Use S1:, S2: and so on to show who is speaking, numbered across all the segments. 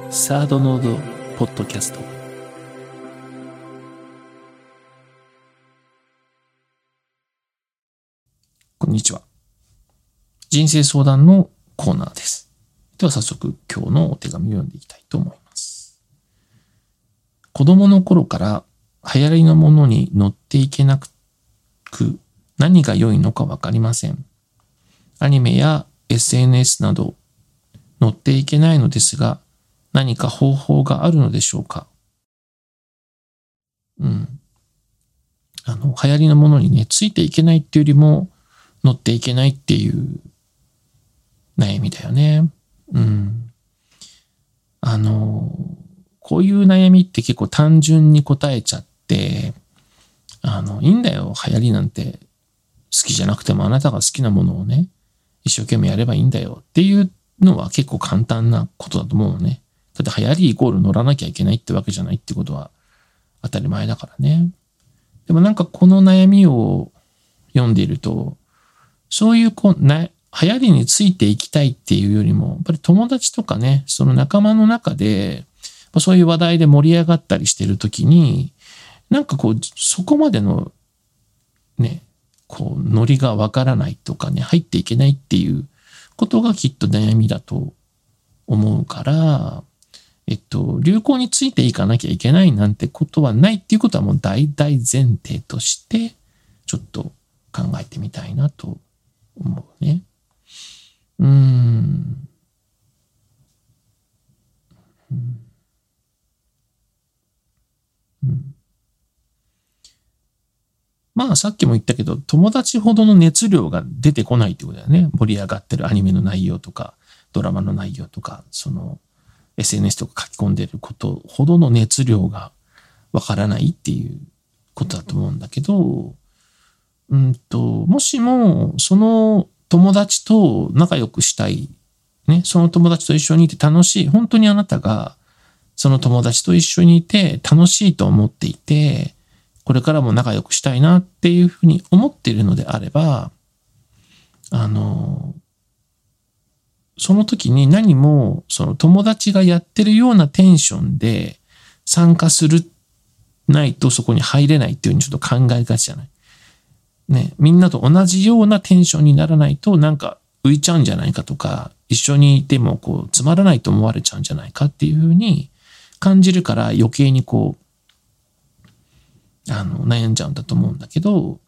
S1: サードノードポッドキャスト。こんにちは。人生相談のコーナーです。では早速今日のお手紙を読んでいきたいと思います。子供の頃から流行りのものに乗っていけなく何が良いのかわかりません。アニメや SNS など乗っていけないのですが、何か方法があるのでしょうか。流行りのものにね、ついていけないっていうよりも、乗っていけないっていう悩みだよね。こういう悩みって結構単純に答えちゃって、いいんだよ、流行りなんて。好きじゃなくてもあなたが好きなものをね、一生懸命やればいいんだよっていうのは結構簡単なことだと思うのね。だって流行りイコール乗らなきゃいけないってわけじゃないってことは当たり前だからね。でもなんかこの悩みを読んでいると、そういう流行りについていきたいっていうよりも、やっぱり友達とかね、その仲間の中で、そういう話題で盛り上がったりしてるときに、なんかそこまでのね、ノリがわからないとかね、入っていけないっていうことがきっと悩みだと思うから、流行についていかなきゃいけないなんてことはないっていうことはもう大々前提として、ちょっと考えてみたいなと思うね。まあさっきも言ったけど、友達ほどの熱量が出てこないってことだよね。盛り上がってるアニメの内容とか、ドラマの内容とか、SNS とか書き込んでることほどの熱量がわからないっていうことだと思うんだけど、もしもその友達と仲良くしたい、ね、その友達と一緒にいて楽しい、本当にあなたがその友達と一緒にいて楽しいと思っていて、これからも仲良くしたいなっていうふうに思っているのであれば、その時に何もその友達がやってるようなテンションで参加するないとそこに入れないっていうふうにちょっと考えがちじゃない。ね、みんなと同じようなテンションにならないとなんか浮いちゃうんじゃないかとか、一緒にいてもつまらないと思われちゃうんじゃないかっていうふうに感じるから余計に悩んじゃうんだと思うんだけど、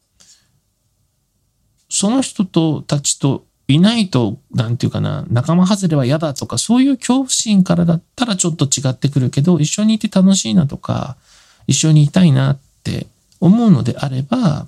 S1: その人たちといないと、なんていうかな、仲間外れは嫌だとか、そういう恐怖心からだったらちょっと違ってくるけど、一緒にいて楽しいなとか、一緒にいたいなって思うのであれば、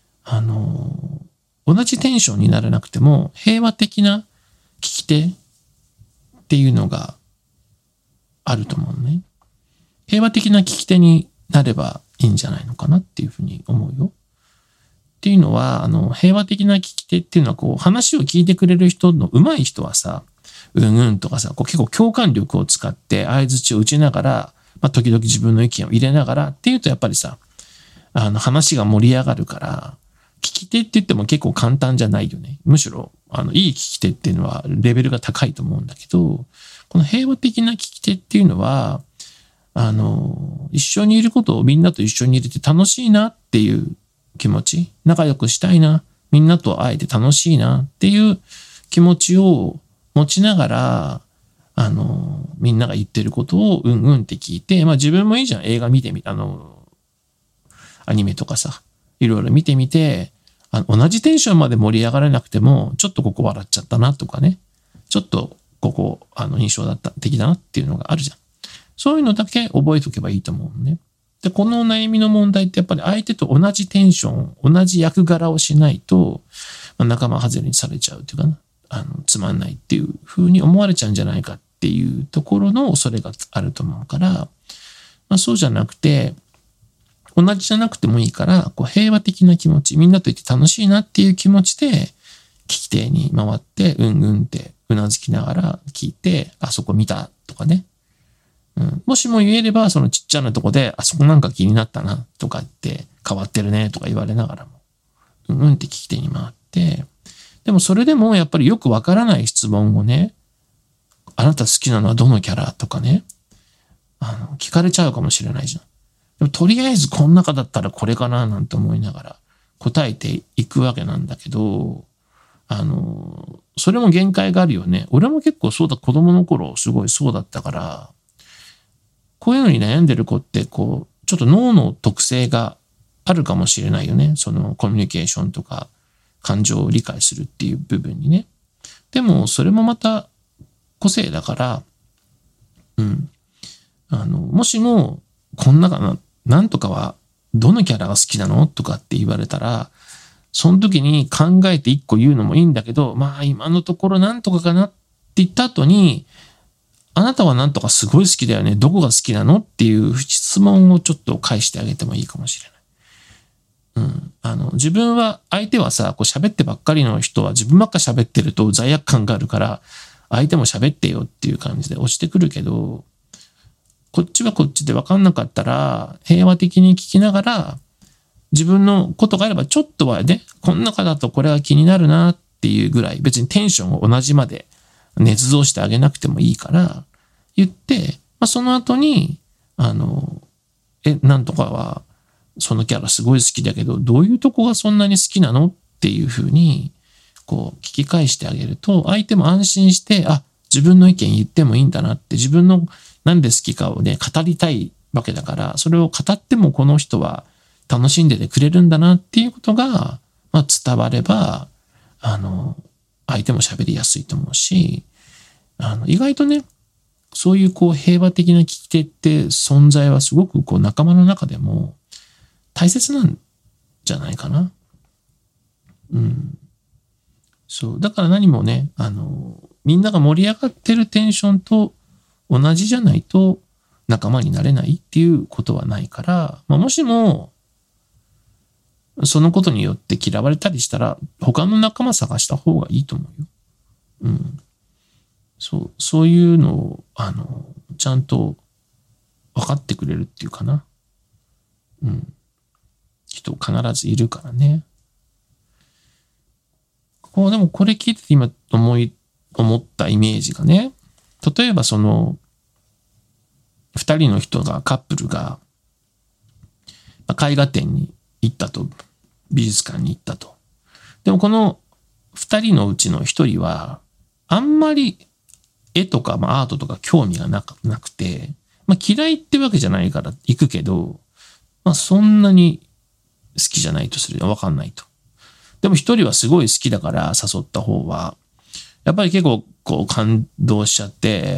S1: 同じテンションにならなくても、平和的な聞き手っていうのがあると思うね。平和的な聞き手になればいいんじゃないのかなっていうふうに思うよ。っていうのは、平和的な聞き手っていうのは、話を聞いてくれる人の上手い人はさ、とかさ、結構共感力を使って相槌を打ちながら、時々自分の意見を入れながらっていうと、やっぱりさ、話が盛り上がるから、聞き手って言っても結構簡単じゃないよね。むしろ、いい聞き手っていうのはレベルが高いと思うんだけど、この平和的な聞き手っていうのは、一緒にいることをみんなと一緒にいれて楽しいなっていう気持ち、仲良くしたいな、みんなと会えて楽しいなっていう気持ちを持ちながら、みんなが言ってることをって聞いて、自分もいいじゃん。映画見てみ、アニメとかさ、いろいろ見てみて、同じテンションまで盛り上がらなくても、ちょっとここ笑っちゃったなとかね、ちょっとここ、印象的だなっていうのがあるじゃん。そういうのだけ覚えておけばいいと思うのね。で、この悩みの問題ってやっぱり相手と同じテンション、同じ役柄をしないと、仲間外れにされちゃうっていうかな、つまんないっていう風に思われちゃうんじゃないかっていうところの恐れがあると思うから、そうじゃなくて、同じじゃなくてもいいから、平和的な気持ち、みんなといて楽しいなっていう気持ちで、聞き手に回って、ってうなずきながら聞いて、あそこ見たとかね。もしも言えれば、そのちっちゃなとこで、あそこなんか気になったなとか言って、変わってるねとか言われながらも、って聞き手に回って、でもそれでもやっぱりよくわからない質問をね、あなた好きなのはどのキャラとかね、 聞かれちゃうかもしれないじゃん。でもとりあえずこの中だったらこれかななんて思いながら答えていくわけなんだけど、それも限界があるよね。俺も結構そうだ、子供の頃すごいそうだったから、こういうのに悩んでる子ってこう、ちょっと脳の特性があるかもしれないよね。そのコミュニケーションとか感情を理解するっていう部分にね。でもそれもまた個性だから、もしもこんなかな、なんとかはどのキャラが好きなのとかって言われたら、その時に考えて一個言うのもいいんだけど、まあ今のところなんとかかなって言った後に、あなたはなんとかすごい好きだよね。どこが好きなのっていう質問をちょっと返してあげてもいいかもしれない。自分は、相手はさ、こう喋ってばっかりの人は自分ばっか喋ってると罪悪感があるから、相手も喋ってよっていう感じで押してくるけど、こっちはこっちで分かんなかったら、平和的に聞きながら、自分のことがあればちょっとはね、この中だとこれは気になるなっていうぐらい、別にテンションを同じまで捏造してあげなくてもいいから、言って、その後に、なんとかは、そのキャラすごい好きだけど、どういうとこがそんなに好きなのっていうふうに、こう、聞き返してあげると、相手も安心して、自分の意見言ってもいいんだなって、自分のなんで好きかをね、語りたいわけだから、それを語ってもこの人は楽しんでてくれるんだなっていうことが、伝われば、相手も喋りやすいと思うし、意外とね、そういうこう平和的な聞き手って存在はすごくこう仲間の中でも大切なんじゃないかな。そう。だから何もね、みんなが盛り上がってるテンションと同じじゃないと仲間になれないっていうことはないから、もしも、そのことによって嫌われたりしたら、他の仲間探した方がいいと思うよ。そういうのを、ちゃんと分かってくれるっていうかな。人必ずいるからね。でもこれ聞いてて今思ったイメージがね、例えばその、二人の人が、カップルが、絵画展に行ったと。美術館に行ったと。でもこの二人のうちの一人は、あんまり絵とか、アートとか興味がなくて、嫌いってわけじゃないから行くけど、そんなに好きじゃないとする。わかんないと。でも一人はすごい好きだから誘った方は、やっぱり結構こう感動しちゃって、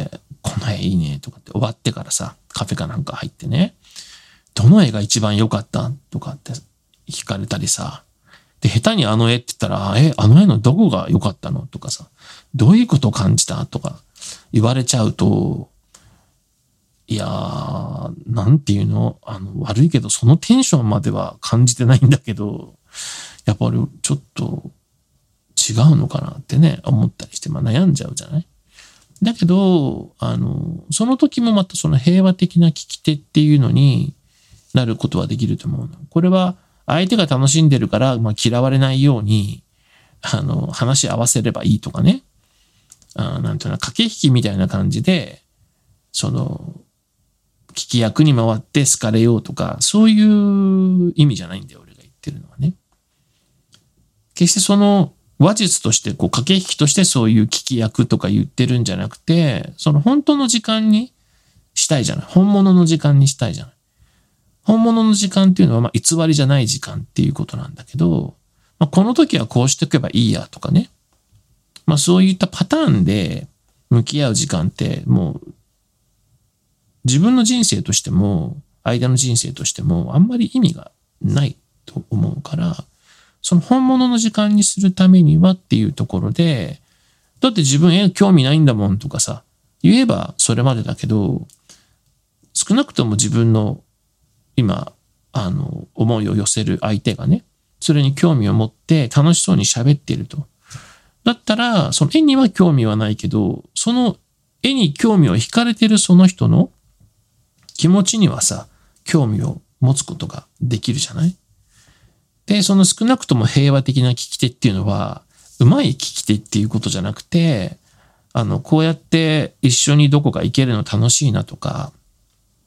S1: この絵いいねとかって終わってからさ、カフェかなんか入ってね、どの絵が一番良かったとかって聞かれたりさ、で、下手にあの絵って言ったら、あの絵のどこが良かったのとかさ、どういうことを感じたとか言われちゃうと、いやー、なんていうの、悪いけど、そのテンションまでは感じてないんだけど、やっぱりちょっと違うのかなってね、思ったりして、悩んじゃうじゃない？だけど、その時もまたその平和的な聞き手っていうのになることはできると思うの。これは相手が楽しんでるから、嫌われないように、話し合わせればいいとかね。なんていうの、駆け引きみたいな感じで、その、聞き役に回って好かれようとか、そういう意味じゃないんだよ、俺が言ってるのはね。決してその話術としてこう駆け引きとしてそういう聞き役とか言ってるんじゃなくて、その本当の時間にしたいじゃない。本物の時間にしたいじゃない。本物の時間っていうのは偽りじゃない時間っていうことなんだけど、この時はこうしておけばいいやとかね。そういったパターンで向き合う時間ってもう自分の人生としても相手の人生としてもあんまり意味がないと思うから、その本物の時間にするためにはっていうところで、だって自分興味ないんだもんとかさ、言えばそれまでだけど、少なくとも自分の今、思いを寄せる相手がね、それに興味を持って楽しそうに喋っていると。だったら、その絵には興味はないけど、その絵に興味を惹かれてるその人の気持ちにはさ、興味を持つことができるじゃない？で、その少なくとも平和的な聞き手っていうのは、うまい聞き手っていうことじゃなくて、こうやって一緒にどこか行けるの楽しいなとか、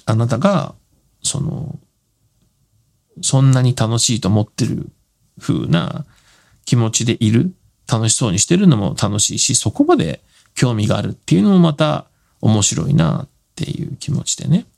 S1: あなたが、そんなに楽しいと思ってる風な気持ちでいる、楽しそうにしてるのも楽しいし、そこまで興味があるっていうのもまた面白いなっていう気持ちでね、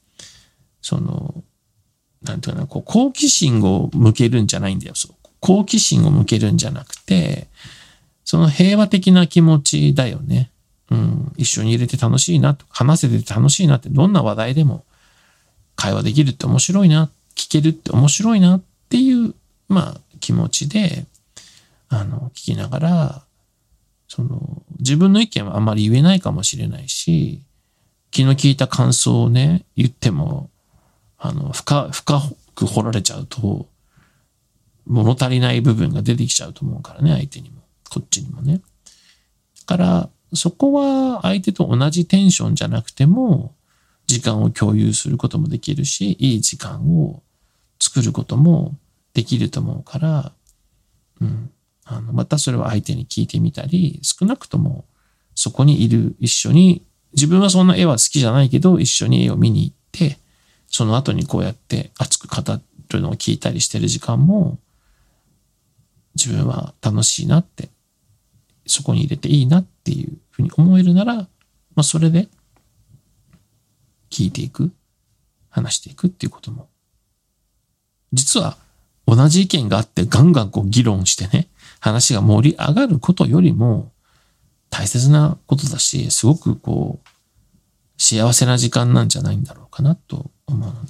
S1: なんていうかな、好奇心を向けるんじゃないんだよ。好奇心を向けるんじゃなくて、その平和的な気持ちだよね。一緒に入れて楽しいな、話せて楽しいなって、どんな話題でも会話できるって面白いな、聞けるって面白いなっていう、気持ちで、聞きながら、自分の意見はあんまり言えないかもしれないし、気の利いた感想をね、言っても、深く掘られちゃうと、物足りない部分が出てきちゃうと思うからね、相手にも、こっちにもね。だから、そこは相手と同じテンションじゃなくても、時間を共有することもできるし、いい時間を作ることもできると思うから、またそれは相手に聞いてみたり、少なくともそこにいる、一緒に、自分はそんな絵は好きじゃないけど、一緒に絵を見に行って、その後にこうやって熱く語るのを聞いたりしてる時間も、自分は楽しいなって、そこに入れていいなっていうふうに思えるなら、それで聞いていく、話していくっていうことも、実は同じ意見があってガンガン議論してね、話が盛り上がることよりも大切なことだし、すごく幸せな時間なんじゃないんだろうかなと思うのね。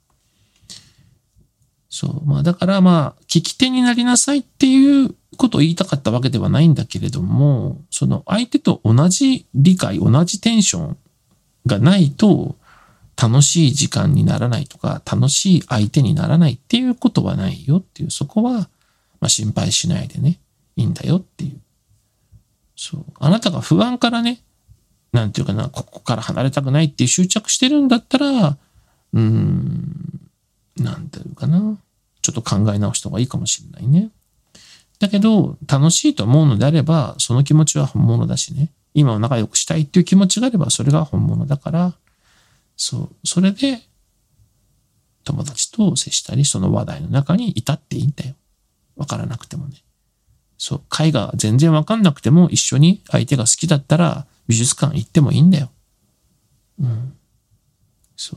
S1: そう。だから聞き手になりなさいっていうことを言いたかったわけではないんだけれども、その相手と同じ理解、同じテンションがないと楽しい時間にならないとか、楽しい相手にならないっていうことはないよっていう、そこは心配しないでね、いいんだよっていう。そう。あなたが不安からね、なんていうかな、ここから離れたくないっていう執着してるんだったら、なんていうかな。ちょっと考え直した方がいいかもしれないね。だけど、楽しいと思うのであれば、その気持ちは本物だしね。今を仲良くしたいっていう気持ちがあれば、それが本物だから、そう。それで、友達と接したり、その話題の中にいたっていいんだよ。わからなくてもね。そう。絵画全然わかんなくても、一緒に相手が好きだったら、美術館行ってもいいんだよ。そう。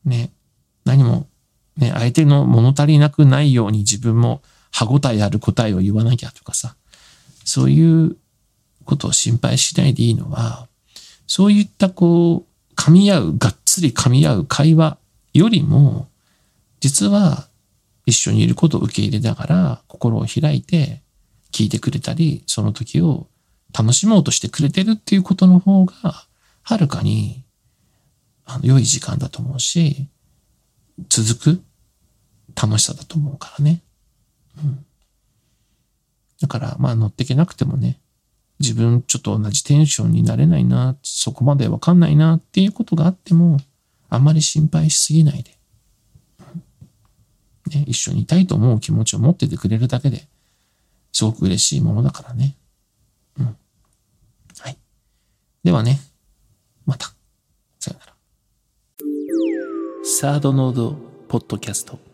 S1: ね。何も、ね、相手の物足りなくないように自分も歯応えある答えを言わなきゃとかさ、そういうことを心配しないでいいのは、そういった噛み合う、がっつり噛み合う会話よりも、実は一緒にいることを受け入れながら心を開いて聞いてくれたり、その時を楽しもうとしてくれてるっていうことの方が、はるかに良い時間だと思うし、続く楽しさだと思うからね。だから乗ってけなくてもね、自分ちょっと同じテンションになれないな、そこまでわかんないなっていうことがあっても、あんまり心配しすぎないで。ね、一緒にいたいと思う気持ちを持っててくれるだけで、すごく嬉しいものだからね。はい。ではね、また。さよなら。サードノードポッドキャスト。